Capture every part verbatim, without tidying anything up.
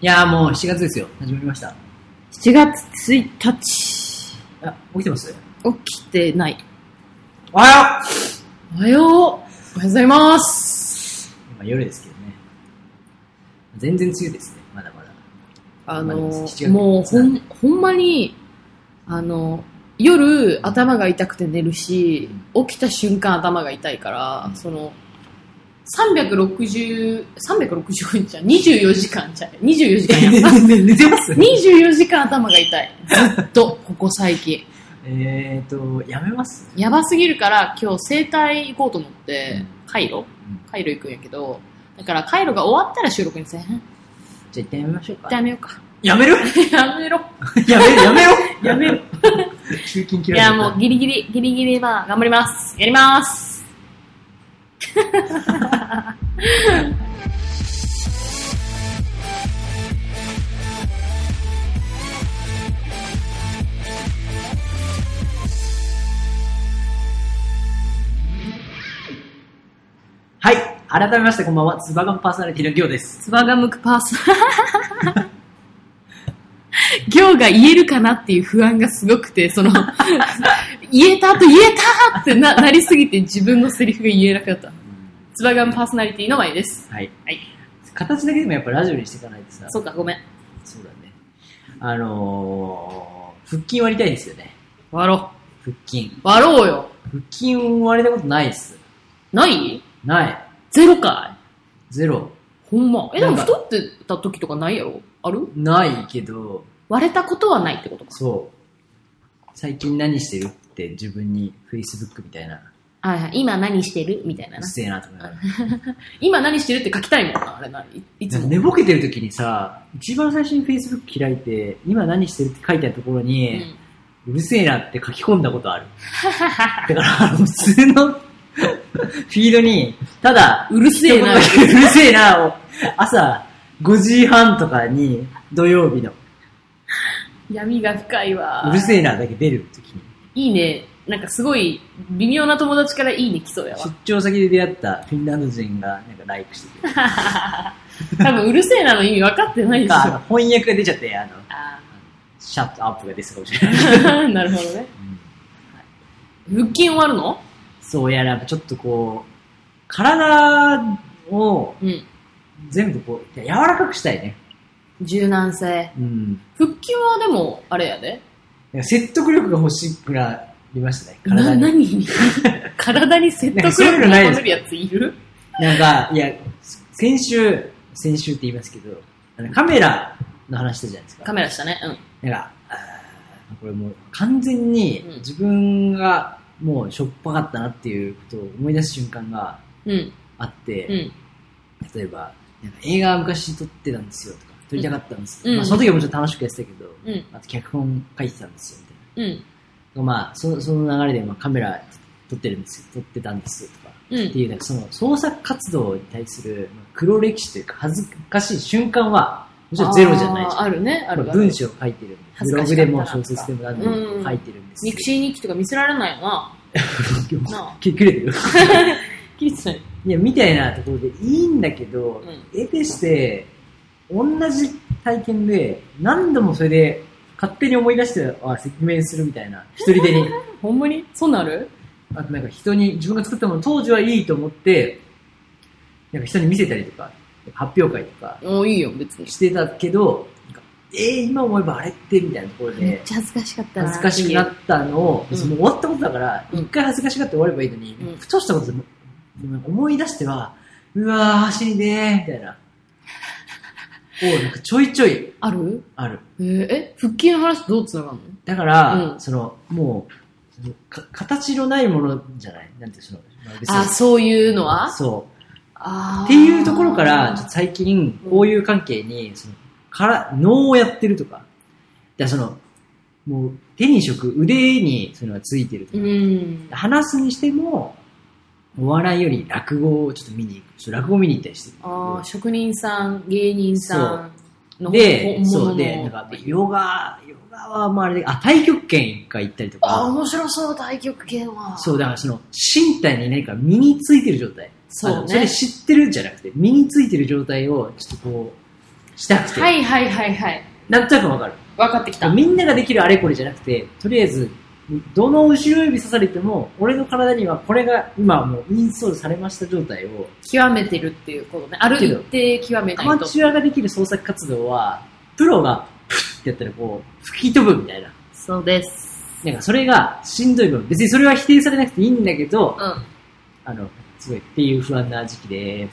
いやーもうしちがつですよ。始まりました。 しちがつついたち。 あ、起きてます？ 起きてない。 おはようおはよう。おはようございます。 今夜ですけどね。全然梅雨ですね。まだまだ。 あのー、もうほん、ほんまに、あの、夜頭が痛くて寝るし、起きた瞬間頭が痛いから、うん、その、さんびゃくろくじゅう、さんびゃくろくじゅうじゃん。にじゅうよじかんじゃん。にじゅうよじかんやった。 寝てます？ にじゅうよじかん頭が痛い。ずっと、ここ最近。 えーと、やめます？ やばすぎるから今日整体行こうと思って、うん、カイロ、うん、カイロ行くんやけど、だからカイロが終わったら収録にせえへん。じゃあ行ってみましょうか。 やめようか。 やめる？ やめろ。 やめろ、やめろ。 やめろ。 集金切られた。いやもうギリギリ、ギリギリまあ頑張ります。やります。 はい。改めましてこんばんは。ツバガムパーソナリティのギョウです。 ツバガムパーソナギョウが言えるかなっていう不安がすごくて、その、言えたと言えたって な, なりすぎて自分のセリフが言えなかった。ツバガムパーソナリティのまいです。 はい。はい。形だけでもやっぱラジオにしていかないとさ。 そうか、ごめん。 そうだね。あのー、腹筋割りたいですよね。 割ろう。腹筋。 割ろうよ。 腹筋割れたことないっす。 ないない。 ゼロかいゼロ。 ほんま。え、でも太ってた時とかないやろ？ある？ ないけど。 割れたことはないってことか。 そう。最近何してるって自分に Facebook みたいな。 はいはい。今何してるみたいなな。 うっせえなと思いながら。 今何してるって書きたいもんな、あれな。い, いつも。 寝ぼけてる時にさ、一番最初に Facebook 開いて、今何してるって書いてあるところに、うん、うるせえなって書き込んだことある。だから、普通のフィードに、ただ、 うるせえな。 うるせえなを、朝ごじはんとかに、土曜日の。 闇が深いわ。 うるせえなだけ出る時に。 いいね。なんかすごい微妙な友達からいいね来そうやわ。 出張先で出会ったフィンランド人がなんかライクしてて。 多分うるせえなの意味分かってないでしょ。 なんか翻訳が出ちゃって、あの、 あシャットアップが出そうかもしれない。 なるほどね。うん、腹筋終わるの？ そうやら、ちょっとこう、体を全部こう、柔らかくしたいね。 柔軟性。 うん、 腹筋はでも、あれやで。 説得力が欲しくなりましたね。体に。 な、何体に説得力が求めるやついる？ なんか、いや、先週、先週って言いますけど、カメラの話したじゃないですか。 カメラしたね。うん。 なんか、これもう完全に自分がもうしょっぱかったなっていうことを思い出す瞬間があって、うんうん、例えば、なんか映画昔撮ってたんですよとか、撮りたかったんです、うんまあ、その時はもちろん楽しくやってたけど、うん、あと脚本書いてたんですよみたいな。うん、まあ、そ, その流れでまあカメラ撮ってるんですよ、撮ってたんですよとか、うん、っていうなんかその創作活動に対する黒歴史というか恥ずかしい瞬間はもちろんゼロじゃないじゃん。 あるね、ある。 文章を書いてる。ブログでも小説でも何でも書いてるんですよ。 ミクシー日記とか見せられないよな。 な切れてる。 切れてない。 いや、みたいなところでいいんだけど、うん、得てして、同じ体験で何度もそれで勝手に思い出してあ説明するみたいな、一人でに。 ほんまにそうなる？ あとなんか人に、自分が作ったもの当時はいいと思って、なんか人に見せたりとか、発表会とかおいいよ別にしてたけど、えー、今思えばあれってみたいなところでめっちゃ恥ずかしかったな、 恥ずかしくなったのを、うん、もう終わったことだから一、うん、回恥ずかしがって終わればいいのに、うん、ふとしたことで思い出してはうわー走りねーみたいなおなんかちょいちょいあるある。 えー、え腹筋の話どうつながるの？ だから、うん、そのもうか形のないものじゃないなんてその、 まあ、あそういうのはそうっていうところからちょっと最近こういう関係にそのから脳をやってるとか、だそのもう手に職腕にそれはついてるとか、うん、話すにしてもお笑いより落語をちょっと見に行く、落語見に行ったりしてる。 ああ職人さん芸人さんのでそうでなんかヨガヨガはまああれであ太極拳一回行ったりとか。 あ面白そう太極拳は。 そうだからその身体に何か身についてる状態。 そうね。 それ知ってるんじゃなくて身についてる状態をちょっとこうしたくて。 はいはいはいはい。 なんとなくわかる。 分かってきた。 みんなができるあれこれじゃなくて、とりあえず、どの後ろ指刺されても、俺の体にはこれが今もうインストールされました状態を極めてるっていうことね。ある一定極めないと。 アマチュアができる創作活動は、プロがプッってやったらこう、吹き飛ぶみたいな。 そうです。 なんかそれがしんどい分、別にそれは否定されなくていいんだけど、 うん、 あの、すごいっていう不安な時期です。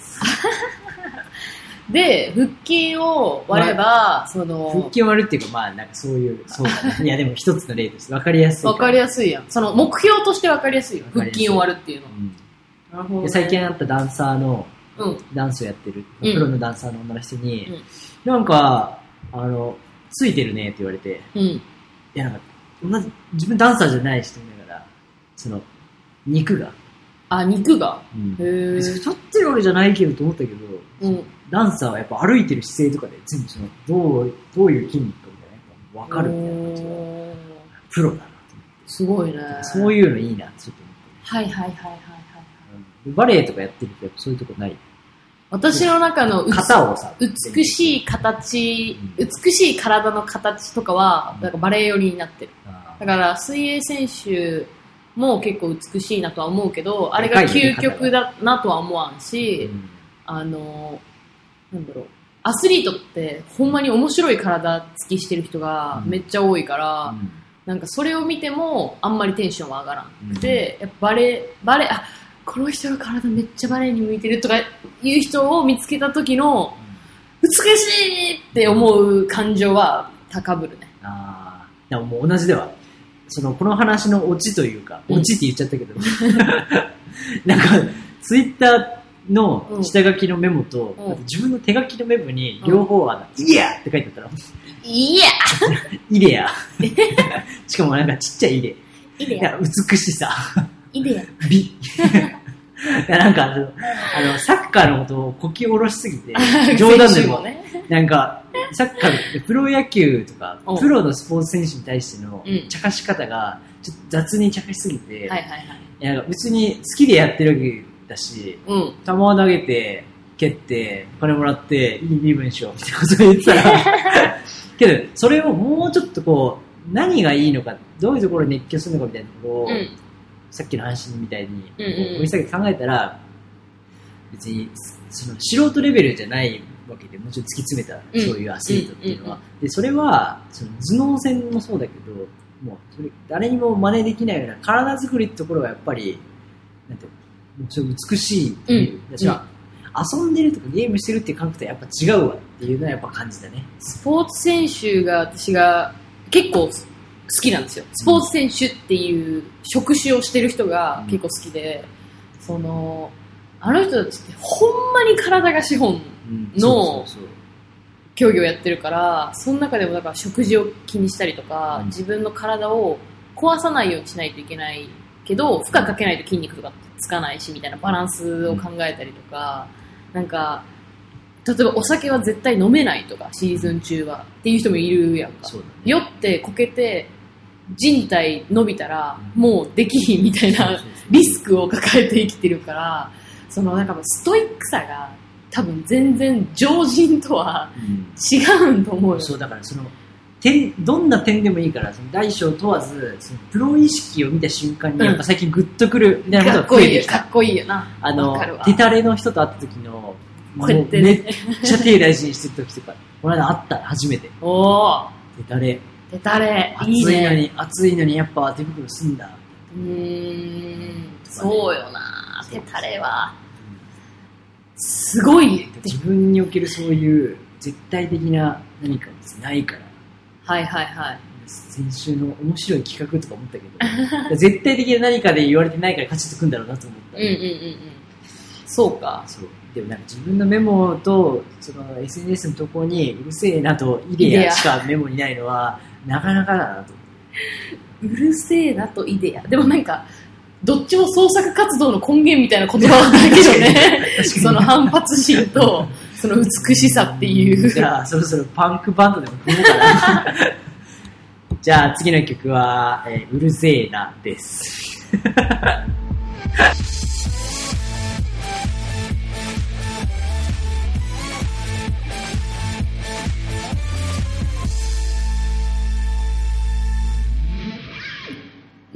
で、腹筋を割れば、まあ、その、 腹筋を割るっていうか、まあ、なんかそういう、そうだね。いや、でも一つの例として分かりやすい。 分かりやすいやん。その、目標として分かりやすいよ。腹筋を割るっていうの。うん、 なるほど、ね。最近あったダンサーの、うん、ダンスをやってる、プロのダンサーの女の人に、うん、なんか、あの、ついてるねって言われて、うん、いや、なんか、同じ、自分ダンサーじゃない人だから、その、肉が。 あ、肉が、 うん、へー。太ってるわけじゃないけどと思ったけど、うん、ダンサーはやっぱ歩いてる姿勢とかで全部そのどうどういう筋肉かみたいな分かるみたいな感じがプロだなと思って。 すごいね。 そういうのいいなちょっと思って。 はいはいはいはいはい、 うん、バレエとかやってるとやっぱそういうとこない。 私の中の型をさ美しい形、うん、美しい体の形とかはなんかバレエ寄りになってる。だから水泳選手も結構美しいなとは思うけど、あれが究極だなとは思わんし、うん、あの、なんだろう、アスリートってほんまに面白い体つきしてる人がめっちゃ多いから、うん、なんかそれを見てもあんまりテンションは上がらんくて、うん、やっぱバレ、バレ、あ、この人の体めっちゃバレエに向いてるとかいう人を見つけた時の、美しいって思う感情は高ぶるね。 ああ、でももう同じでは。そのこの話のオチというか、オチって言っちゃったけど、うん、なんかツイッターの下書きのメモと、うん、自分の手書きのメモに両方は、うん、イヤーって書いてあったら、 イヤーイレアしかもなんかちっちゃいイレイレアいや美しさイレア美なんかあのあのサッカーのことをこき下ろしすぎて冗談でも、ね、なんかサッカープロ野球とかプロのスポーツ選手に対しての茶化し方がちょっと雑に茶化しすぎて、 はいはいはい、 いや別に好きでやってるわけだし、うん、球を投げて蹴って金もらっていい身分しようみたいなことを言ってたらけどそれをもうちょっとこう何がいいのかどういうところに熱狂するのかみたいなところを、うん、さっきの話みたいに掘り下げて考えたら、別にその素人レベルじゃないわけでもちろん突き詰めたそういうアスリートっていうのは、でそれはその頭脳戦もそうだけどもうそれ誰にも真似できないような体作りってところがやっぱりなんていうの美しいっていう、うん、じゃあ遊んでるとかゲームしてるっていう感覚とはやっぱ違うわっていうのはやっぱ感じだね。 スポーツ選手が私が結構好きなんですよ。スポーツ選手っていう職種をしてる人が結構好きで、うん、そのあの人たちってほんまに体が資本の競技をやってるから、その中でもだから食事を気にしたりとか、うん、自分の体を壊さないようにしないといけないけど負荷かけないと筋肉とかつかないしみたいなバランスを考えたりとか、うん、なんか例えばお酒は絶対飲めないとかシーズン中はっていう人もいるやんか。そうだね、酔ってこけて人体伸びたらもうできひんみたいなリスクを抱えて生きてるから、そのなんかストイックさが多分全然常人とは違うんと思うよ、うん、 そうだからその点どんな点でもいいからその大小問わずそのプロ意識を見た瞬間にやっぱ最近グッとくるみたいなことが増えてきた、 うん、かっこいいよな。 あの手タレの人と会った時のこうやって、ね、めっちゃ手大事にしてる時とかこの間会った初めてお手タレ手タレ暑いのにいい、ね、暑いのにやっぱ手袋すんだ。 うーん、そうよな。手タレはすごい。 自分におけるそういう絶対的な何かないから。 はいはいはい。 先週の面白い企画とか思ったけど絶対的な何かで言われてないからカチッとくんだろうなと思った。 うんうんうんうん。そうか。 そう。でもなんか自分のメモとその エスエヌエス の投稿にうるせえなとイデアしかメモにないのはなかなかだなと思って。 うるせえなとイデア。でもなんかどっちも創作活動の根源みたいな言葉だけどねその反発心とその美しさっていうじゃあそろそろパンクバンドでも組もうかなじゃあ次の曲は、えー、うるせえなです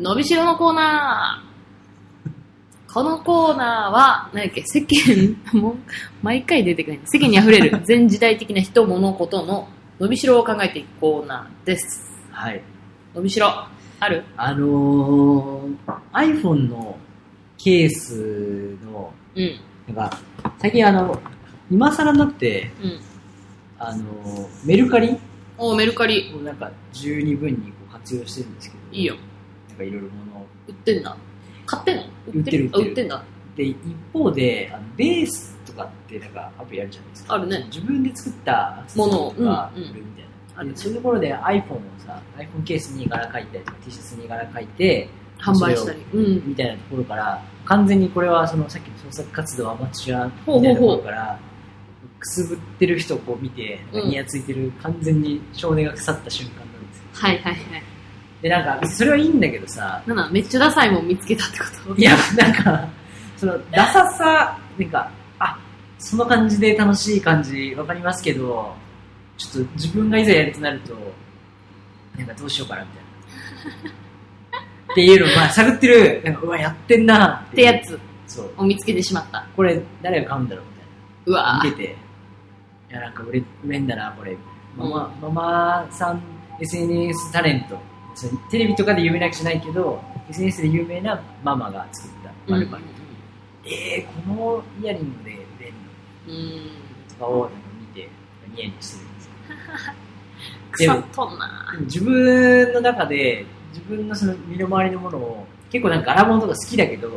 伸びしろのコーナー。このコーナーは、何だっけ、世間、もう、毎回出てくる。世間に溢れる全時代的な人、物、ことの伸びしろを考えていくコーナーです。 はい。 伸びしろ、ある？ あのー、iPhone のケースの、うん。なんか、最近あの、今更になって、うん。あのー、メルカリおメルカリをなんか十二分にこう活用してるんですけど、 いいよ。 なんかいろいろ物を売ってんだ。買ってんの？ 売ってる売ってる。 売ってんだ。 で一方であのベースとかってなんかアプリあるじゃないですか。 あるね。 自分で作ったアクセサリーとか売るみたいな。ある、ね。そういうところで iPhone をさ、iPhone ケースに柄描いたりとか T シャツに柄描いて販売したり、 うん、みたいなところから完全にこれはそのさっきの創作活動アマチュアみたいなところから。ほうほうほうくすぶってる人をこう見て、ニヤついてる、うん、完全に少年が腐った瞬間なんですよ。 はいはいはい。 で、なんか、それはいいんだけどさ。 なんだ、めっちゃダサいもん見つけたってこと？ いや、なんか、その、ダサさ、なんか、あ、その感じで楽しい感じ、わかりますけど、ちょっと自分がいざやるとなると、なんかどうしようかな、みたいな。っていうのを、まあ、探ってる、なんか、うわ、やってんなってやつ。 そう。 を見つけてしまった。 これ、誰が買うんだろうみたいな。 うわ見てて。いやなんか売れ、売れんだなこれママ、うん、ママさん エスエヌエス タレントテレビとかで有名なわけじゃないけど エスエヌエス で有名なママが作った丸々、うん、えー、このイヤリングで売れんの、うん、とかをなんか見てニヤニヤしてるんですよ腐っとんな。 自分の中で自分のその身の回りのものを結構なんか柄物とか好きだけど、うん、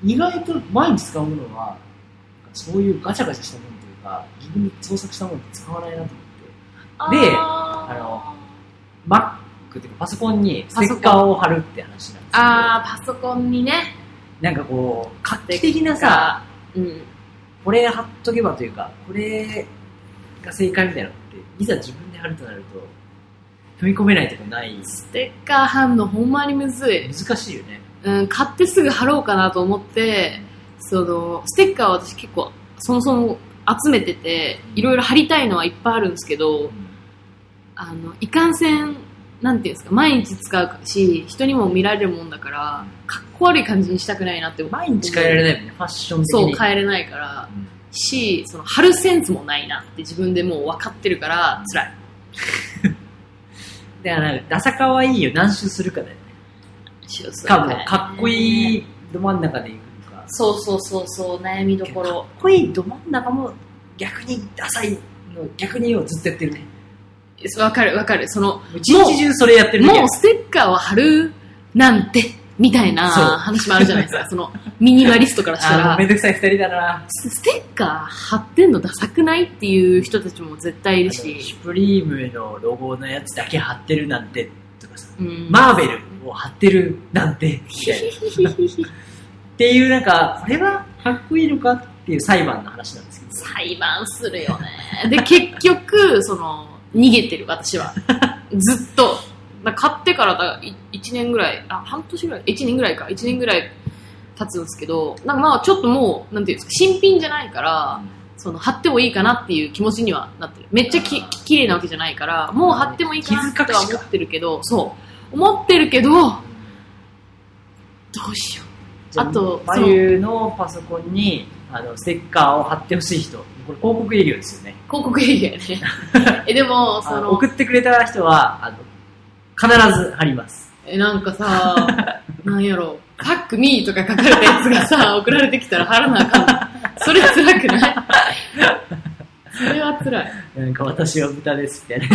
意外と毎日使うものはそういうガチャガチャしたもの自分で創作したものって使わないなと思ってで、あの Mac っていうかパソコンにステッカーを貼るって話なんですけど、 あーパソコンにねなんかこう画期的なさ、うん、これ貼っとけばというかこれが正解みたいなのっていざ自分で貼るとなると踏み込めないとこないステッカー貼るのほんまにむずい難しいよね、 うん、買ってすぐ貼ろうかなと思ってそのステッカーは私結構そもそも集めてていろいろ貼りたいのはいっぱいあるんですけど、うん、あのいかんせんなんていうんですか毎日使うし人にも見られるもんだからかっこ悪い感じにしたくないなって毎日変えられないもんねファッション的にそう変えれないから、うん、しその貼るセンスもないなって自分でもう分かってるから辛いだからダサかわいいよ何周するかだよねかもかっこいいど真ん中でいくそうそうそうそう悩みどころかっこいいど真ん中も逆にダサいの逆にをずっとやってるねわかるわかるその一日中それやってるねもうステッカーを貼るなんてみたいな話もあるじゃないですかそのミニマリストからしたらめんどくさい二人だなステッカー貼ってんのダサくないっていう人たちも絶対いるしシュプリームのロゴのやつだけ貼ってるなんてとかさマーベルを貼ってるなんてみたいなっていうなんかこれはかっこいいのかっていう裁判の話なんですけど裁判するよねで結局その逃げてる私はずっと買ってからだいちねんぐらいあ半年ぐらいいちねんぐらいかいちねんぐらい経つんですけどなんかまあちょっともうなんていうんですか新品じゃないから、うん、その貼ってもいいかなっていう気持ちにはなってるめっちゃき綺麗なわけじゃないからもう貼ってもいいかなとは思ってるけどそう思ってるけどどうしようあと眉のパソコンにあのステッカーを貼ってほしい人これ広告営業ですよね広告営業やねえでもその送ってくれた人はあの必ず貼りますえなんかさなんやろパックミーとか書かれたやつがさ送られてきたら貼らなあかんのそれ辛くないそれは辛いなんか私は豚ですみたい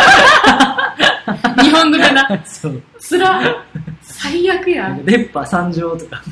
な日本語かなそう辛い最悪やん電波参上とか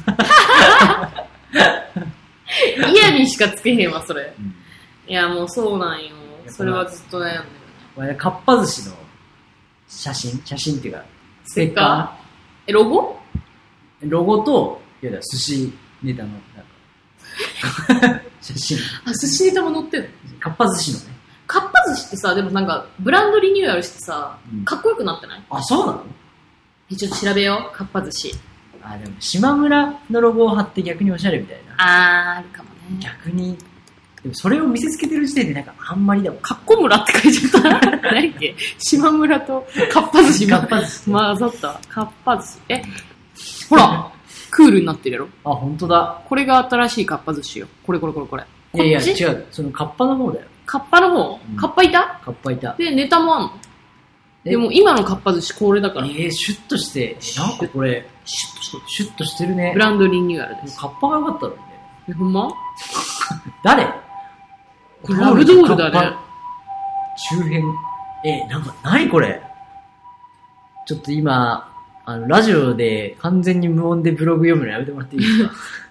嫌にしかつけへんわそれ、うん、いやもうそうなんよそれはずっと悩んでるかっぱ寿司の写真写真っていうかステッカーえロゴロゴといやだ寿司ネタのなんか写真あ寿司ネタも載ってるかっぱ寿司のねかっぱ寿司ってさでもなんかブランドリニューアルしてさ、うん、かっこよくなってないあそうなのちょっと調べようかっぱ寿司あでも島村のロゴを貼って逆におしゃれみたいなあーあるかもね逆にでもそれを見せつけてる時点でなんかあんまりだもんかっこ村って書いちゃった何やっけ島村とかっぱ寿司かっぱ寿司混ざったかっぱ寿司えほらクールになってるやろ。 あ、本当だ。 これが新しいかっぱ寿司よ。これこれこれこれ。 いやいや、違う。そのカッパの方だよ。 カッパの方、うん、カッパいたカッパいた。 で、ネタもあんの？でも今のかっぱ寿司これだから。 えー、シュッとして、なんかこれ、シュッとして、シュッとしてるね。 ブランドリニューアルです。 カッパが良かったのね。 え、ほんま？ 誰？ これラブドールだね。 周辺。え、なんか、なにこれ？ちょっと今、あの、ラジオで完全に無音でブログ読むのやめてもらっていいですか？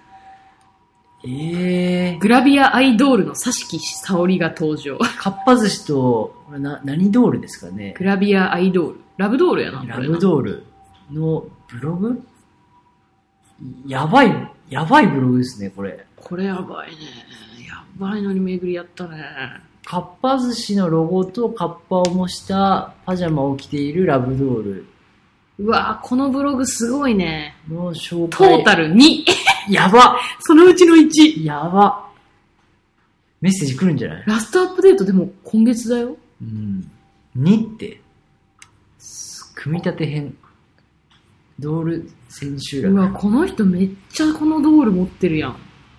えー。 グラビアアイドールの佐敷沙織が登場。 かっぱ寿司と、これな、何ドールですかね？ グラビアアイドール。ラブドールやな。 ラブドールのブログ？やばい、やばいブログですね、これ。 これやばいね。やばいのに巡りやったね。 かっぱ寿司のロゴとカッパを模したパジャマを着ているラブドール。 うわぁ、このブログすごいね。 の紹介。 トータルに。 やば。 そのうちのいち。 やば。メッセージ来るんじゃない？ ラストアップデートでも今月だよ。 うん。にって。組み立て編。ドール千秋楽。 うわ、この人めっちゃこのドール持ってるやん。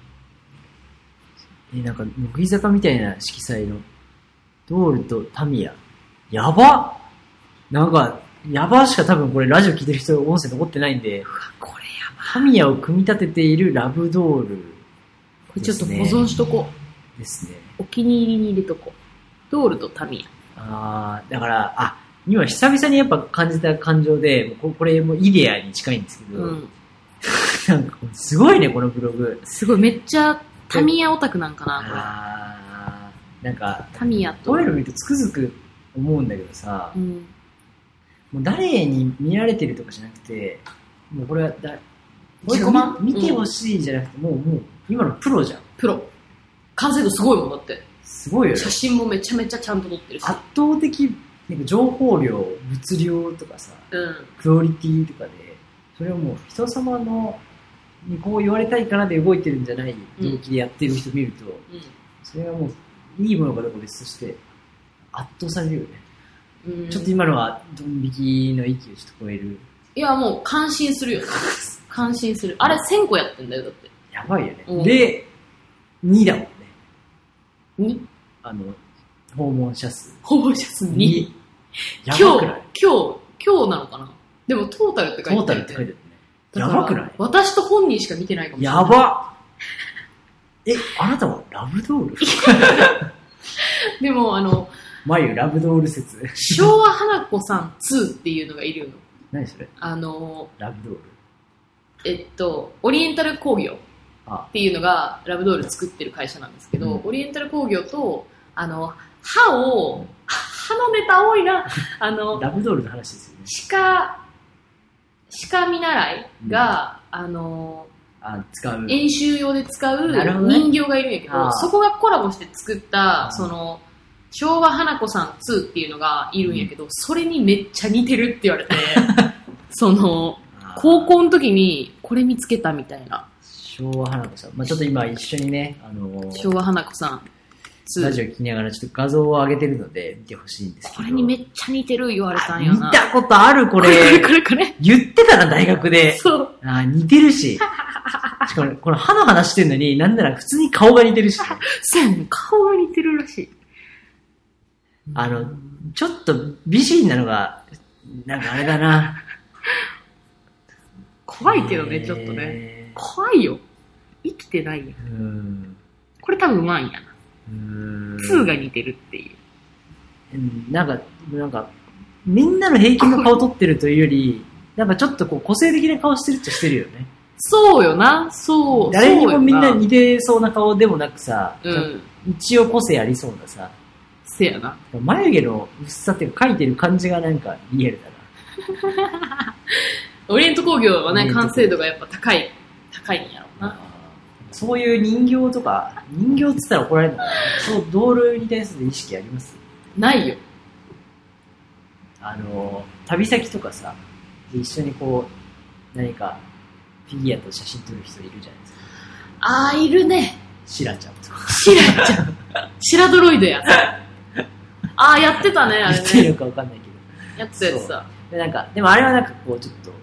え、なんか、乃木坂みたいな色彩の。ドールとタミヤ。やば。なんか、やばしか多分これラジオ聞いてる人音声残ってないんで。 うわ、これやば。 タミヤを組み立てているラブドール、ね。 これちょっと保存しとこう。ですね。 お気に入りに入れとこう。ドールとタミヤ。 あー、だから、あ、今久々にやっぱ感じた感情で、これもイデアに近いんですけど、うん、なんかすごいね、このブログ。 すごい、めっちゃタミヤオタクなんかな、これ。 あー、なんか、 タミヤと。 こういうの見るとつくづく思うんだけどさ、うん、もう誰に見られてるとかじゃなくて、もうこれはだ、 自己満見てほしいじゃなくて、もう、もう、今のプロじゃん。 プロ。完成度すごいもんだって。 すごいよね。 写真もめちゃめちゃちゃんと撮ってるし。 圧倒的、なんか情報量、物量とかさ、うん、クオリティとかで、それをもう人様のにこう言われたいからで動いてるんじゃない動機でやってる人見ると、うん、それがもういいものかどうか別として圧倒されるよね。うん、ちょっと今のはドン引きの域をちょっと超える。 いやもう感心するよ。感心する。あれせんこやってんだよだって。 やばいよね。うん、で、にだもんね。 に? あの、訪問者数。 訪問者数に。 やばくない？ 今日、今日、今日なのかな？でもトータルって書いてある。 トータルって書いてあるね。やばくない？ 私と本人しか見てないかもしれない。 やばえ、あなたはラブドールでもあの、 眉ラブドール説。 昭和花子さんにっていうのがいるの。 何それ？ あの、 ラブドール。 えっと、オリエンタル工業っていうのがラブドール作ってる会社なんですけど、うん、オリエンタル工業と、あの、歯を、歯のネタ多いな。あの、 ラブドールの話ですよね。 歯科、歯科見習いが、うん、あの、 あ、使う。 演習用で使う人形がいるんやけど、そこがコラボして作った、その、昭和花子さんにっていうのがいるんやけど、うん、それにめっちゃ似てるって言われて、その、高校の時にこれ見つけたみたいな。 昭和花子さん。まあちょっと今一緒にね、あのー、 昭和花子さんに。 ラジオ聞きながらちょっと画像を上げてるので見てほしいんですけど。 これにめっちゃ似てる言われたんやな。 見たことあるこれ。 これこれこれ。 言ってたな大学で。 そう。 あ似てるし。しかもこの歯の話してるのに、なんなら普通に顔が似てるし、ね。 そうやね。顔が似てるらしい。 あの、ちょっと美人なのが、なんかあれだな。 怖いけどね、ちょっとね。怖いよ。生きてないよ。うん、これ多分ワンやな。うん。ツーが似てるっていう。 うん、なんか、なんか、みんなの平均の顔撮ってるというより、なんかちょっとこう個性的な顔してるっちゃしてるよね。 そうよな、そう。 誰にもみんな似てそうな顔でもなくさ、 うん、 一応個性ありそうなさ。 せやな。 眉毛の薄さっていうか描いてる感じがなんかリアルだな。 オリエント工業はね、完成度がやっぱ高い、高いんやろうな。 そういう人形とか、人形って言ったら怒られるのかな。そう、ドールに対する意識あります？ ないよ。 あの、旅先とかさ、一緒にこう、何か、フィギュアと写真撮る人いるじゃないですか。 あー、いるね。 シラちゃんとか。 シラちゃん。シラドロイドや。あー、やってたね、あれね。 言ってるのかわかんないけど。 やってたやつさ。 で、なんか、でもあれはなんかこう、ちょっと、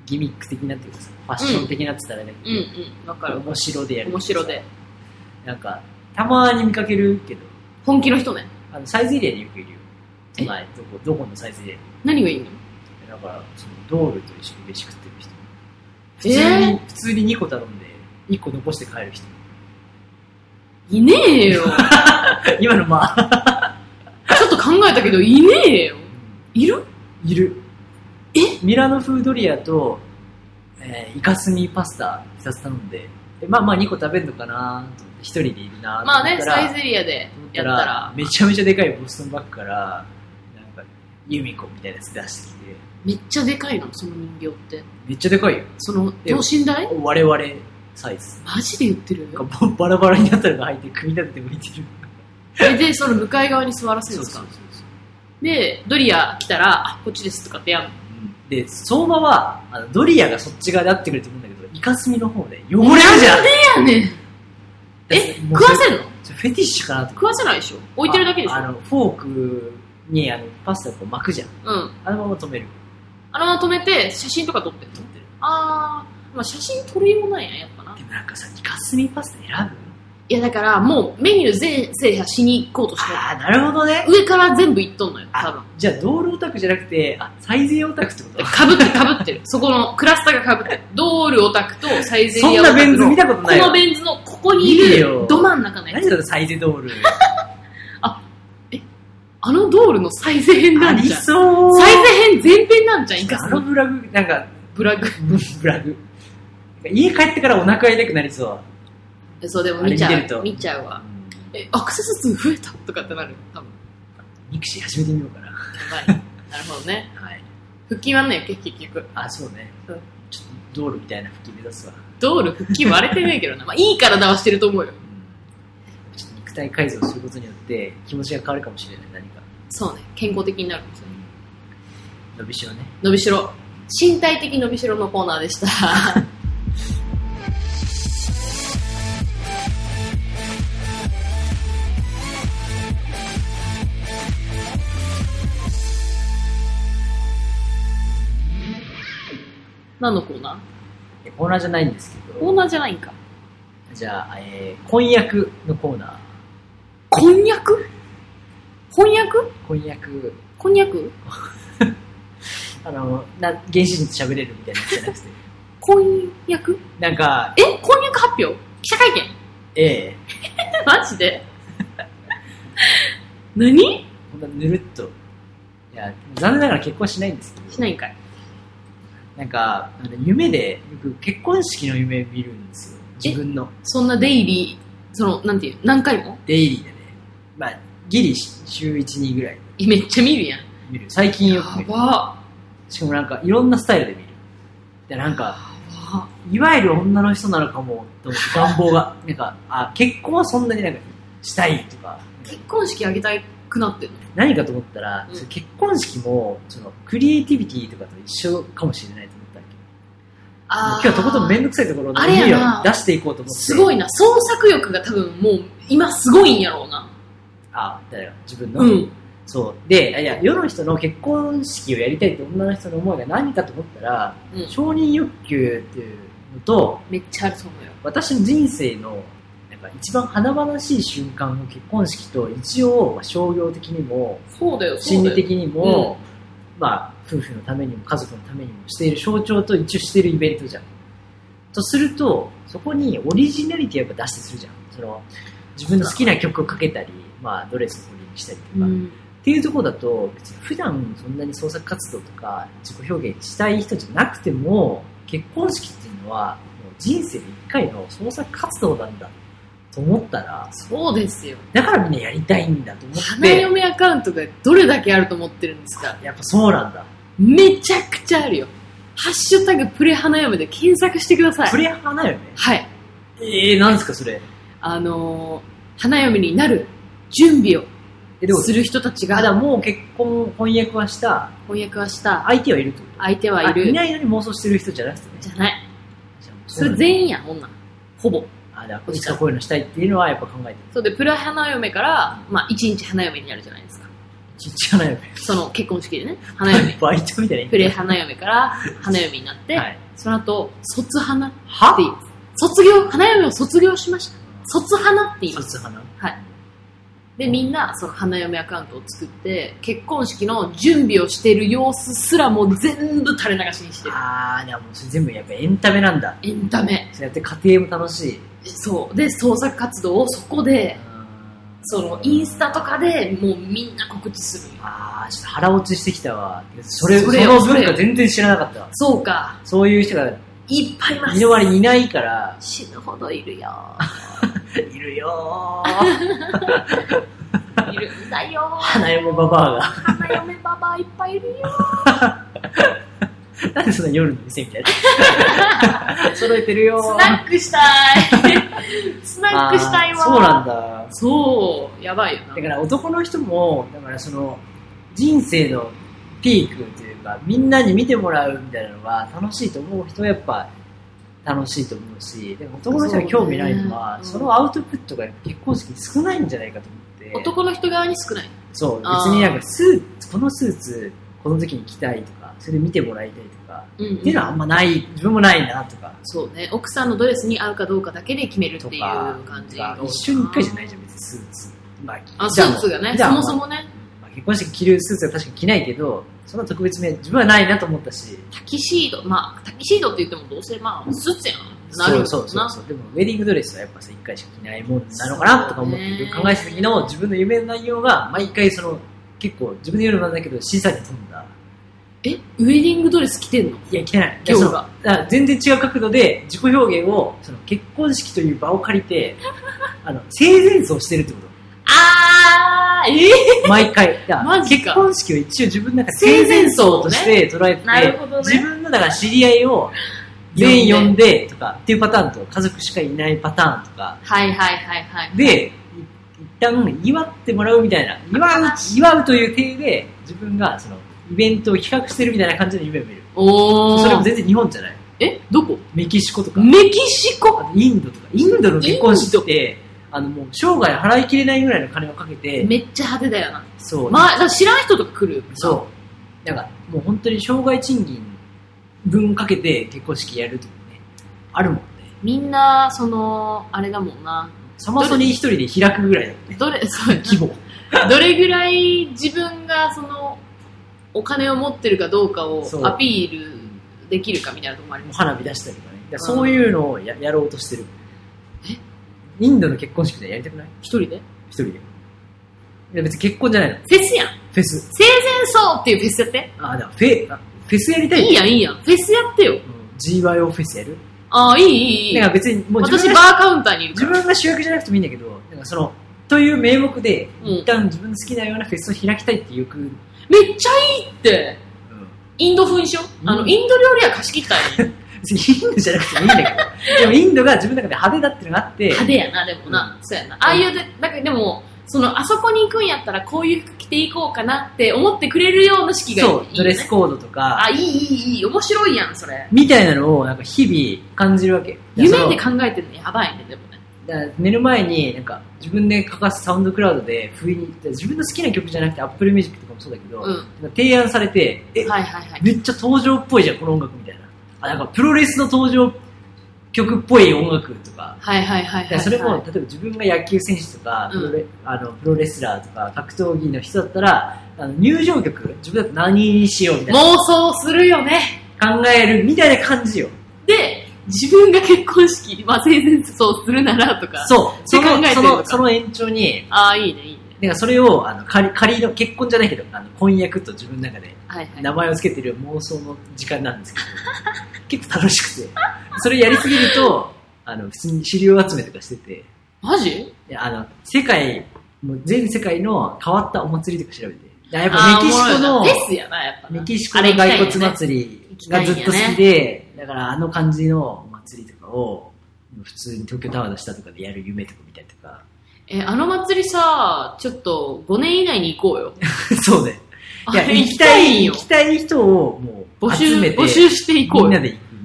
ギミック的なっていうかさ、ファッション的なって言ったらあれだけど、 うんうん、わかる。 面白でやる。 面白で。 なんか、たまに見かけるけど。 本気の人ね。 あの、サイゼリアによくいるよ。都内、どこ、どこのサイゼリアに。 何がいいの？ だから、そのドールと一緒に飯食ってる人。普通に、えー、普通ににこ頼んで、いっこ残して帰る人。 いねえよ。 今のまあ。 ちょっと考えたけど、いねえよ。いる？ いる。 え？ ミラノフードリアと、えー、イカスミパスタふたつ頼んで、でまあまあにこ食べるのかなと思って、ひとりでいるなと思ったら、 まあね、サイゼリアでやったら。 めちゃめちゃでかいボストンバッグから、なんか、ユミコみたいなやつ出してきて。 めっちゃでかいの、その人形って。 めっちゃでかいよ。 その、等身大？ 我々サイズ。 マジで言ってる？ バラバラになったのが入って、組み立てて向いてる。で、その向かい側に座らせるんですか？そうそうそうそう。で、ドリア来たら、あ、こっちですとかってやんの。 で、相場は、あのドリアがそっち側で合ってくれると思うんだけど、イカスミの方で汚れるじゃん。 なんでやねん。え、食わせんの？ フェティッシュかなと。 食わせないでしょ？置いてるだけでしょ？ あの、フォークにあのパスタをこう巻くじゃん。 うん。 あのまま止める。 あのまま止めて、写真とか撮ってる撮ってる。あー、まあ写真撮るようなんや、やっぱな。 でもなんかさ、イカスミパスタ選ぶ？ いやだからもうメニュー全制覇しに行こうとしてる。 ああ、なるほどね。 上から全部いっとんのよ、多分。 じゃあドールオタクじゃなくて、あ、サイゼリヤオタクってこと？ かぶってるかぶってる。そこのクラスターがかぶってる。ドールオタクとサイゼリヤオタクの。 そんなベン図見たことないよ。 このベン図のここにいるど真ん中のやつ。 何だろサイゼドール。 あ、え、あのドールのサイゼ編なんじゃん。 ありそう。 サイゼ編全編なんじゃん、いかあのブラグ、なんか、 ブラグ。 ブラグ。家帰ってからお腹痛くなりそう。 そう、でも見ちゃう。見ちゃうわ。え、アクセス数増えたとかってなる多分。 ミクシー始めてみようかな。 やばい。なるほどね。はい。腹筋はね、結局。 あ、そうね。うん、ちょっとドールみたいな腹筋目指すわ。 ドール腹筋割れてないけどな。まあ、いい体はしてると思うよ。 うん、ちょっと肉体改造することによって気持ちが変わるかもしれない、何か。 そうね。健康的になるんですよね。 伸びしろね。 伸びしろ。身体的伸びしろのコーナーでした。何のコーナー？コーナーじゃないんですけど。 コーナーじゃないんか。 じゃあ、えー、婚約のコーナー。 婚約？翻訳？ 婚約。 こんにゃく？ あの、な原始人と喋れるみたいなやつじゃなくて。 婚約？ なんか。 え？婚約発表？記者会見？ ええー。マジで？何？ ほんとぬるっと。いや、残念ながら結婚しないんですけど。 しないんかい。 なんか、あの夢で、よく結婚式の夢見るんですよ。自分の。 そんなデイリー、その、なんていう、何回も？ デイリーでね。まあ、ギリ週いち、にぐらい。 めっちゃ見るやん。 見る。最近よく見る。 やば。 しかもなんか、いろんなスタイルで見る。で、なんか、いわゆる女の人なのかも、と思って願望が。なんか、あ、結婚はそんなになんか、したいとか。 結婚式あげたくなってるの？ 何かと思ったら、うん、結婚式もそのクリエイティビティとかと一緒かもしれないと思ったわけ。あ、今日はとことんめんどくさいところを出していこうと思って。 すごいな、創作欲が多分もう今すごいんやろうな。 あ、誰が自分の、 うん、 そうで、いや世の人の結婚式をやりたいって女の人の思いが何かと思ったら、うん、承認欲求っていうのと、 めっちゃあると思うよ。 私の人生の一番華々しい瞬間を結婚式と一応商業的にもそうだよ心理的にも、うん、まあ夫婦のためにも家族のためにもしている象徴と一応しているイベントじゃん。とするとそこにオリジナリティをやっぱ出してするじゃん。その自分の好きな曲をかけたり、まあ、ドレスをこれにしたりとか、うん、っていうところだと別に普段そんなに創作活動とか自己表現したい人じゃなくても結婚式っていうのはもう人生で一回の創作活動なんだと思ったら、 そうですよ。 だからみんなやりたいんだと思って。 花嫁アカウントがどれだけあると思ってるんですか？ やっぱそうなんだ。 めちゃくちゃあるよ。ハッシュタグプレ花嫁で検索してください。 プレ花嫁？ はい。 えー、なんですかそれ。 あのー、花嫁になる準備をする人たちが。 あ、だからもう結婚、翻訳はした。 翻訳はした。 相手はいるってこと？ 相手はいる。 いないのに妄想してる人じゃなくてね。 じゃない。じゃあそれ全員やん、女。ほぼ。 あ、だからいつかこういうのしたいっていうのはやっぱ考えてる。 そうで、プラ花嫁から、まあ、一日花嫁になるじゃないですか。 ちっちゃな嫁。 その結婚式でね、花嫁。 バイトみたいな。 プレ花嫁から花嫁になって、はい、その後、卒花って言います。卒業、花嫁を卒業しました。卒花って言います。 卒花。 はい。で、みんな、その花嫁アカウントを作って、結婚式の準備をしている様子すらも全部垂れ流しにしてる。 あー、でもそれ全部やっぱエンタメなんだ。 エンタメ。 そうやって家庭も楽しい。 そう。で、創作活動をそこで、その、インスタとかでもうみんな告知する。 あー、ちょっと腹落ちしてきたわ。それ、それその文化全然知らなかったわ。 そうか。 そういう人が、 いっぱいいます。 身の回りにいないから。 死ぬほどいるよ。 いるよいるんだよ。 花嫁ババアが。 花嫁ババアいっぱいいるよ。 なんでそんな夜の店みたいな。揃えてるよ。 スナックしたい。スナックしたいわ。 そうなんだ。 そう、やばいよな。 だから男の人も、だからその、人生のピークというか、みんなに見てもらうみたいなのが楽しいと思う人はやっぱ、楽しいと思うし、でも男の人が興味ないのは、そ,、ねうん、そのアウトプットが結婚式に少ないんじゃないかと思って。 男の人側に少ない。 そう、別になんかスーツ、このスーツ、この時に着たいとか、それで見てもらいたいとか、うんうん、っていうのはあんまない、自分もないなとか。 そうね、奥さんのドレスに合うかどうかだけで決めるっていう感じ。 一緒に一回じゃないじゃん、別にスーツ。まあ、 あスーツがね、そもそもね。 まあ、結婚式着るスーツは確かに着ないけど、そんな特別名自分はないなと思ったし。 タキシード、まあ、タキシードって言ってもどうせまあ、スーツやん。なるほどな。 そうそうそう。でも、ウェディングドレスはやっぱさ、一回しか着ないもんなのかなとか思って、考えた時の自分の夢の内容が、毎回その、結構自分で言うのもなんだけど、審査に飛んだ。 えウェディングドレス着てんの？ いや、着てない。 今日が。 全然違う角度で自己表現を、その結婚式という場を借りて、あの、生前葬してるってこと。 あー、えー、 毎回。結婚式を一応自分の中で生前葬として捉えて、 なるほどね、 自分のだから知り合いを全員呼んでとかっていうパターンと、家族しかいないパターンとか。 はいはいはいはい。 で、一旦祝ってもらうみたいな、祝う、祝うという体で自分がそのイベントを企画してるみたいな感じの夢を見る。 おー。 それも全然日本じゃない。 えどこ？ メキシコとか。 メキシコ？ あとインドとか。インドの結婚式って、あのもう生涯払いきれないぐらいの金をかけて。 めっちゃ派手だよな。 そう。 まあ、だから知らん人とか来る。 そう。なんかもう本当に生涯賃金分かけて結婚式やるとかね。あるもんね。みんな、その、あれだもんな。 サマソニー一人で開くぐらいだもんね。 どれ、そう。 規模。 どれぐらい自分がその、お金を持ってるかどうかをアピールできるかみたいなところもあります、 ね。花火出したりとかね。だからそういうのを や, やろうとしてる。えインドの結婚式でやりたくない？ 一人で一人で。いや別に結婚じゃないの。 フェスやん。 フェス。 生前葬っていうフェスやって。 あ、だからフェ、あフェスやりたい。 いいやん、いいやん。フェスやってよ。うん、 ジーワイオー フェスやる？ ああ、いい、いい、いい。 なんか別にもう私バーカウンターにいるから。 自分が主役じゃなくてもいいんだけど、なんかその、という名目で、一旦自分の好きなようなフェスを開きたいっていう。 めっちゃいいって。インド風にしよう。あの、インド料理は貸し切ったらいい。 別にインドじゃなくてもいいんだけど。でもインドが自分の中で派手だっていうのがあって。 派手やな、でもな。うん、そうやな。ああいうで、だからでも、その、あそこに行くんやったらこういう服着ていこうかなって思ってくれるような式がいい、ね。そう、 ドレスコードとか。 あ、いい、いい、いい。面白いやん、それ。 みたいなのを、なんか日々感じるわけ。 夢で考えてるのやばいね、でもね。 だから寝る前になんか自分で書かすサウンドクラウドで不意に自分の好きな曲じゃなくて Apple Music とかもそうだけど、うん、提案されてえ、はいはいはい、めっちゃ登場っぽいじゃんこの音楽みたいなあなんかプロレスの登場曲っぽい音楽とか、 はいはいはいはいはい、 それも例えば自分が野球選手とかプロレ、うん、あのプロレスラーとか格闘技の人だったらあの入場曲自分だと何にしようみたいな妄想するよね考えるみたいな感じよで自分が結婚式、まあ、生前葬するならとかそうそのそのその延長にああいいねいいねだからそれをあの仮仮の結婚じゃないけどあの婚約と自分の中で名前をつけてる妄想の時間なんですけど、はいはい、結構楽しくてそれやりすぎるとあの普通に資料集めとかしててマジ？ いやあの世界もう全世界の変わったお祭りとか調べてやっぱメキシコのフェスやなやっぱメキシコの骸骨祭りがずっと好きで、ね、だからあの感じのお祭りとかを普通に東京タワーの下とかでやる夢とか見たりとかえあの祭りさちょっとごねん以内に行こうよそうねいや行きたい行きたい人をもう集めて募集していこうよみんなで行くみたいな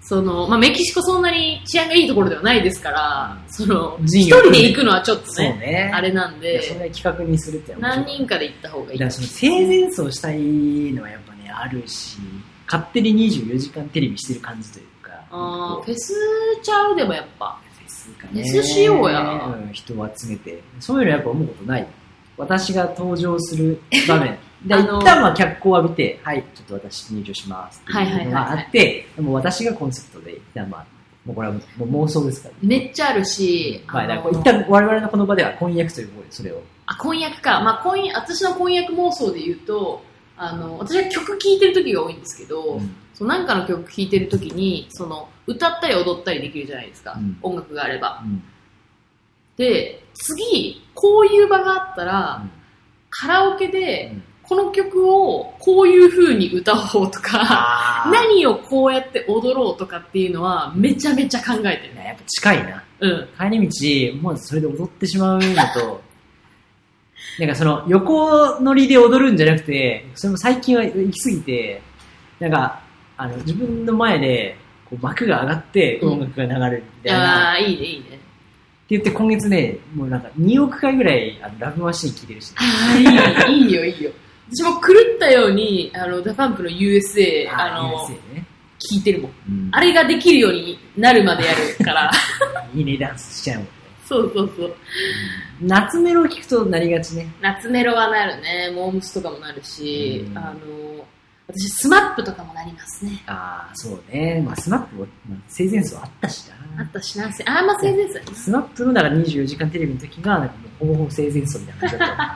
その、まあ、メキシコそんなに治安がいいところではないですから、うん、その、一人で行くのはちょっとね、ねあれなんで、 それ企画にするって何人かで行った方がいい。 だからその生前葬したいのはやっぱね、あるし、勝手ににじゅうよじかんテレビしてる感じというか。 ああ、フェスちゃうでもやっぱ。 フェスかね。 フェスしようや。 うん、人を集めて。そういうのやっぱ思うことない。私が登場する場面。で、一旦は脚光を浴びて、はい、ちょっと私入場しますっていうのがあって、でも私がコンセプトで、一旦まあ、もうこれはもう妄想ですから、ね。 めっちゃあるし、 まあ、だから一旦我々のこの場では婚約というそれを。 あ、婚約か。まあ、婚約、私の婚約妄想で言うと、あの、私は曲聴いてる時が多いんですけど、うん、そのなんかの曲聴いてる時に、その、歌ったり踊ったりできるじゃないですか。うん、音楽があれば。うん、で、次、こういう場があったら、うん、カラオケで、うんこの曲をこういう風に歌おうとか、何をこうやって踊ろうとかっていうのはめちゃめちゃ考えてるね。 やっぱ近いな。 うん。 帰り道、もうそれで踊ってしまうのと、なんかその横乗りで踊るんじゃなくて、それも最近は行き過ぎて、なんか、あの、自分の前でこう幕が上がって音楽が流れるみたいな。 ああ、いいね、いいね。って言って今月ね、もうなんかにおくかいぐらいあのラブマシーン聴いてるし、ね。 ああ、いい、いいよ、いいよ。私も狂ったように、あの、ダパンプの ユーエスエー、あ, あの、ユーエスエー ね、聞いてるもん、うん。あれができるようになるまでやるから。 いいね、ダンスしちゃうもんね。 そうそうそう。 うん、夏メロを聞くとなりがちね。 夏メロはなるね。モームスとかもなるし、うん、あの、私、スマップとかもなりますね。 ああ、そうね。まあ、スマップも、生前葬あったしな。 あったしな。あんま生前葬、ね、 スマップのだからにじゅうよじかんテレビの時が、なんかもうほぼほぼ生前葬みたいな感じだった。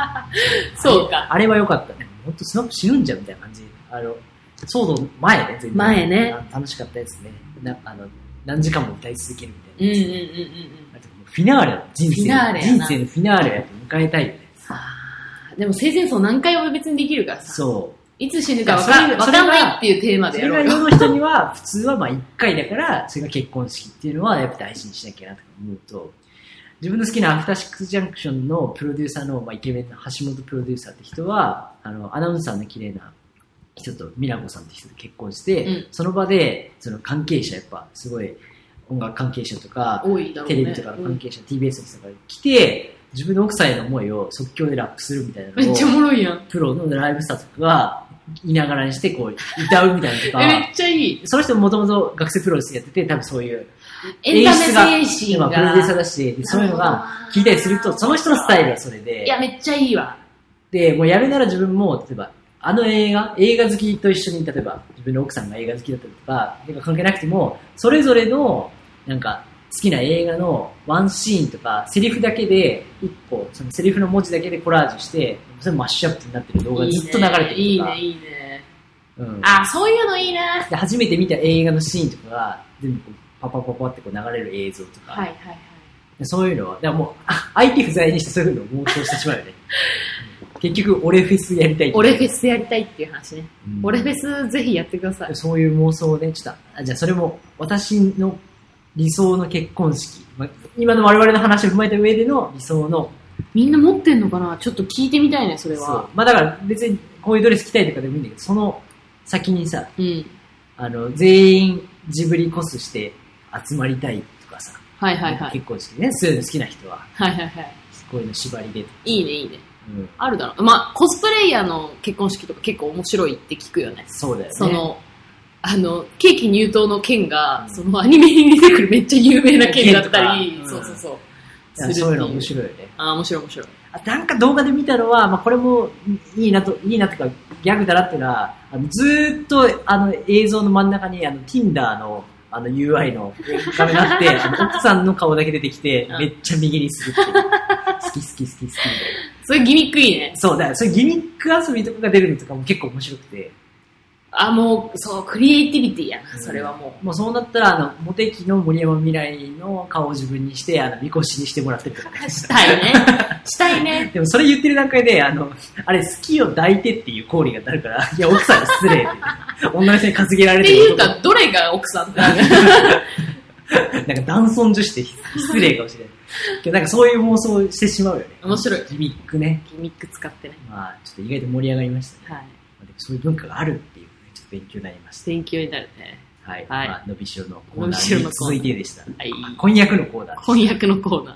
そうか。 あれは良かったね。ほんとスマップ死ぬんじゃんみたいな感じ。あの、騒動前ね、全然。 前ね。 楽しかったですね。なあの何時間も歌い続けるみたいな。 うんうんうんうん。 あとフィナーレの人生。人生のフィナーレをやっぱ迎えたいよね。 あでも生前葬何回も別にできるからさ。 そう。 いつ死ぬか分かんないっていうテーマでやろうよ。 それが世の人には普通はまあいっかいだから、それが結婚式っていうのはやっぱ大事にしなきゃなと思うと、自分の好きなアフターシックスジャンクションのプロデューサーの、まあ、イケメンの橋本プロデューサーって人は、あの、アナウンサーの綺麗な人とミラコさんって人と結婚して、うん、その場で、その関係者やっぱすごい音楽関係者とか、 多いだろうね、 テレビとかの関係者、うん、ティービーエス の人が来て、自分の奥さんへの思いを即興でラップするみたいなのを、 めっちゃおもろいやん。 プロのライブスターとかが、いながらにしてこう歌うみたいなとかめっちゃいい。 その人ももともと学生プロレスやってて、多分そういうエンタメ精神が今プロデューサーだし、そういうのが聞いたりすると、その人のスタイルはそれで、 いやめっちゃいいわ。 でもうやるなら自分も例えばあの映画映画好きと一緒に、例えば自分の奥さんが映画好きだったりとか、なんか関係なくてもそれぞれのなんか好きな映画のワンシーンとかセリフだけで一個そのセリフの文字だけでコラージュして、それマッシュアップになってる動画がずっと流れてるとか。 いいねいいね。 うん、 あ、そういうのいいな。 で初めて見た映画のシーンとかが全部こうパパパパってこう流れる映像とか、 はいはいはい、 そういうのはだからもう相手不在にしてそういうのを妄想してしまうよね。結局俺フェスやりたい。 俺フェスやりたいっていう話ね。うん、俺フェスぜひやってください。 そういう妄想をね、ちょっとじゃあそれも私の理想の結婚式、まあ、今の我々の話を踏まえた上での理想の。 みんな持ってんのかな、ちょっと聞いてみたいね、それは。そう。 まあだから別にこういうドレス着たいとかでもいいんだけど、その先にさ、 うん、 あの全員ジブリコスして集まりたいとかさ、 はいはいはい、 結婚式ね、そういうの好きな人は、 はいはいはい、 こういうの縛りで、 いいねいいね、うん、あるだろう。まあコスプレイヤーの結婚式とか結構面白いって聞くよね。 そうだよね。 そのあのケーキ入刀の剣が、うん、そのアニメに出てくるめっちゃ有名な剣だったり、うん、そうそうそう。 いそういうの面白いよね。 あ、面白い面白い。 あ、なんか動画で見たのは、まあ、これもいいなと、いいなとか、ギャグだなっていうのは、あのずーっとあの映像の真ん中にあの Tinder のあの ユーアイ の画面があって、あの奥さんの顔だけ出てきて、うん、めっちゃ右にするっていう。好き好き好き好きみたいな。 そういうギミックいいね。 そうだよ。そういうギミック遊びとかが出るのとかも結構面白くて。 あ、もう、そう、クリエイティビティやな、うん、それはもう。 もうそうなったら、あの、モテ期の森山未来の顔を自分にして、あの、みこしにしてもらってるとかね。 したいね。したいね。 でもそれ言ってる段階で、あの、あれ、好きを抱いてっていう行為がなるから、いや、奥さん失礼って。女の人に担げられてる。 っていうか、どれが奥さんってなるなんか男尊女子って失礼かもしれない。けどなんかそういう妄想をしてしまうよね。 面白い。 ギミックね。 ギミック使ってね。 まあ、ちょっと意外と盛り上がりましたね。 はい。 そういう文化があるっていう。勉強になりました。 勉強になるね。 はい。 はい。 まあ、伸びしろのコーナーに続いてでした。 はい。 婚約のコーナー。 婚約のコーナー。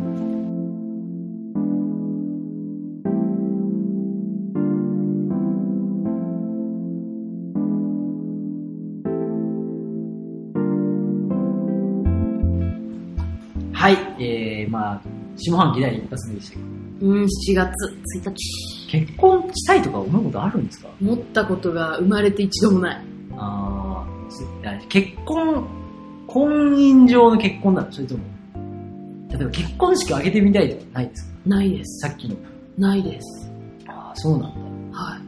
はい。えー、まあ、下半期第一発目でしたけど。うん、しちがつついたち。 結婚したいとか思うことあるんですか？ 思ったことが生まれて一度もない。 ああ、結婚、婚姻上の結婚なの？それとも、例えば結婚式を挙げてみたいとかないですか？ ないです。 さっきの。 ないです。 ああ、そうなんだ。はい。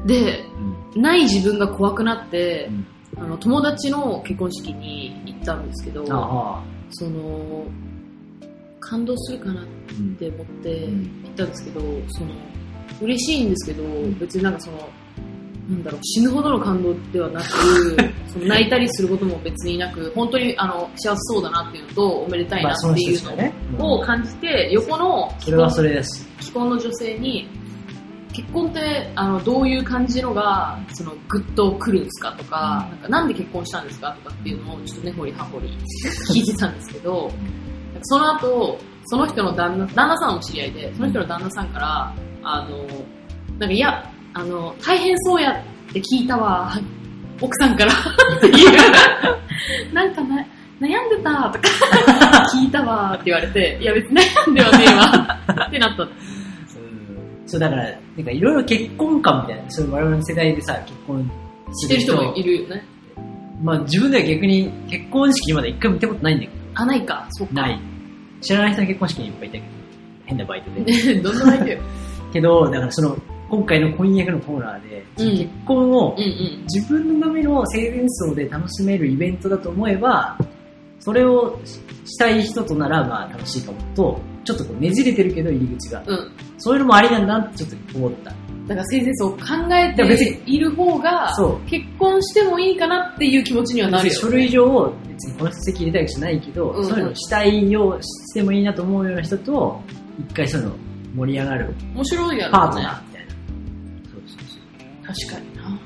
で、うん、ない自分が怖くなって、うん、あの友達の結婚式に行ったんですけど、ああその感動するかなって思って行ったんですけど、うん、その嬉しいんですけど、別になんかそのなんだろう死ぬほどの感動ではなくその泣いたりすることも別になく本当にあの幸せそうだなっていうのとおめでたいなっていうのを感じて、横のそれはそれです既婚の女性に結婚ってあのどういう感じのがそのグッと来るんですかとか、なんかなんで結婚したんですかとかっていうのをちょっと根掘り葉掘り聞いてたんですけどその後その人の旦那旦那さんも知り合いでその人の旦那さんからあのなんかいやあの大変そうやって聞いたわ奥さんからっていうなんかな悩んでたとか聞いたわって言われていや別に悩んではねえわってなったそうだから、なんかいろいろ結婚観みたいな、そういう我々の世代でさ、結婚してる人もいるよね。 まあ自分では逆に結婚式まで一回も行ったことないんだけど。 あ、ないか。そうか。 ない。知らない人の結婚式にいっぱいいたけど、変なバイトで。どんなバイトよ。 けど、だからその、今回の婚約のコーナーで、うん、結婚を自分のための生前葬で楽しめるイベントだと思えば、それをしたい人とならまあ楽しいかもと、ちょっとこうねじれてるけど入り口が、うん、そういうのもありなんだってちょっと思った。 だから生前葬を考えている方が結婚してもいいかなっていう気持ちにはなるよ、ね。書類上別にこの人籍入れたいわけじゃないけど、うんうん、そういうのしたいようしてもいいなと思うような人と一回そういうの盛り上がる面白いやろ、ね、 パートナーみたいな。そうそうそう。確かにな。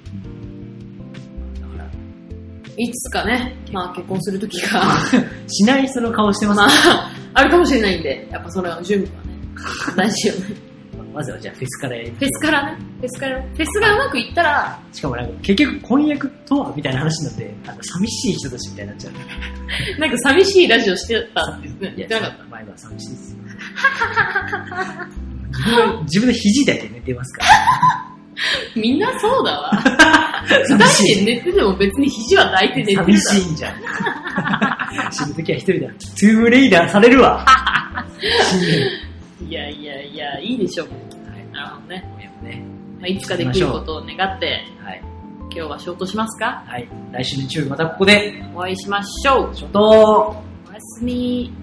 いつかね、まあ結婚するときがしない人の顔してます、ね、 まあ、あるかもしれないんで、やっぱその準備はね、大事よね。 まずはじゃあフェスからやりまフェスからね、フェスから、フェスがうまくいったら、 しかもなんか結局婚約とはみたいな話になって、なんか寂しい人たちみたいになっちゃう。なんか寂しいラジオしてたんですね。 言ってなかった。前は寂しいですよ。自分の、自分の肘だけ寝てますから。 みんなそうだわ。二人で寝てても別に肘は抱いて寝てるだろ。 寂しいんじゃん。死ぬときは一人だ。トゥームレイダーされるわ。 いやいやいや、いいでしょう。はい、なるほどね。 ねまあ、いつかできることを願って、はい、今日はショートしますか？ はい。来週の日曜日またここでお会いしましょう。 ショート。 おやすみ。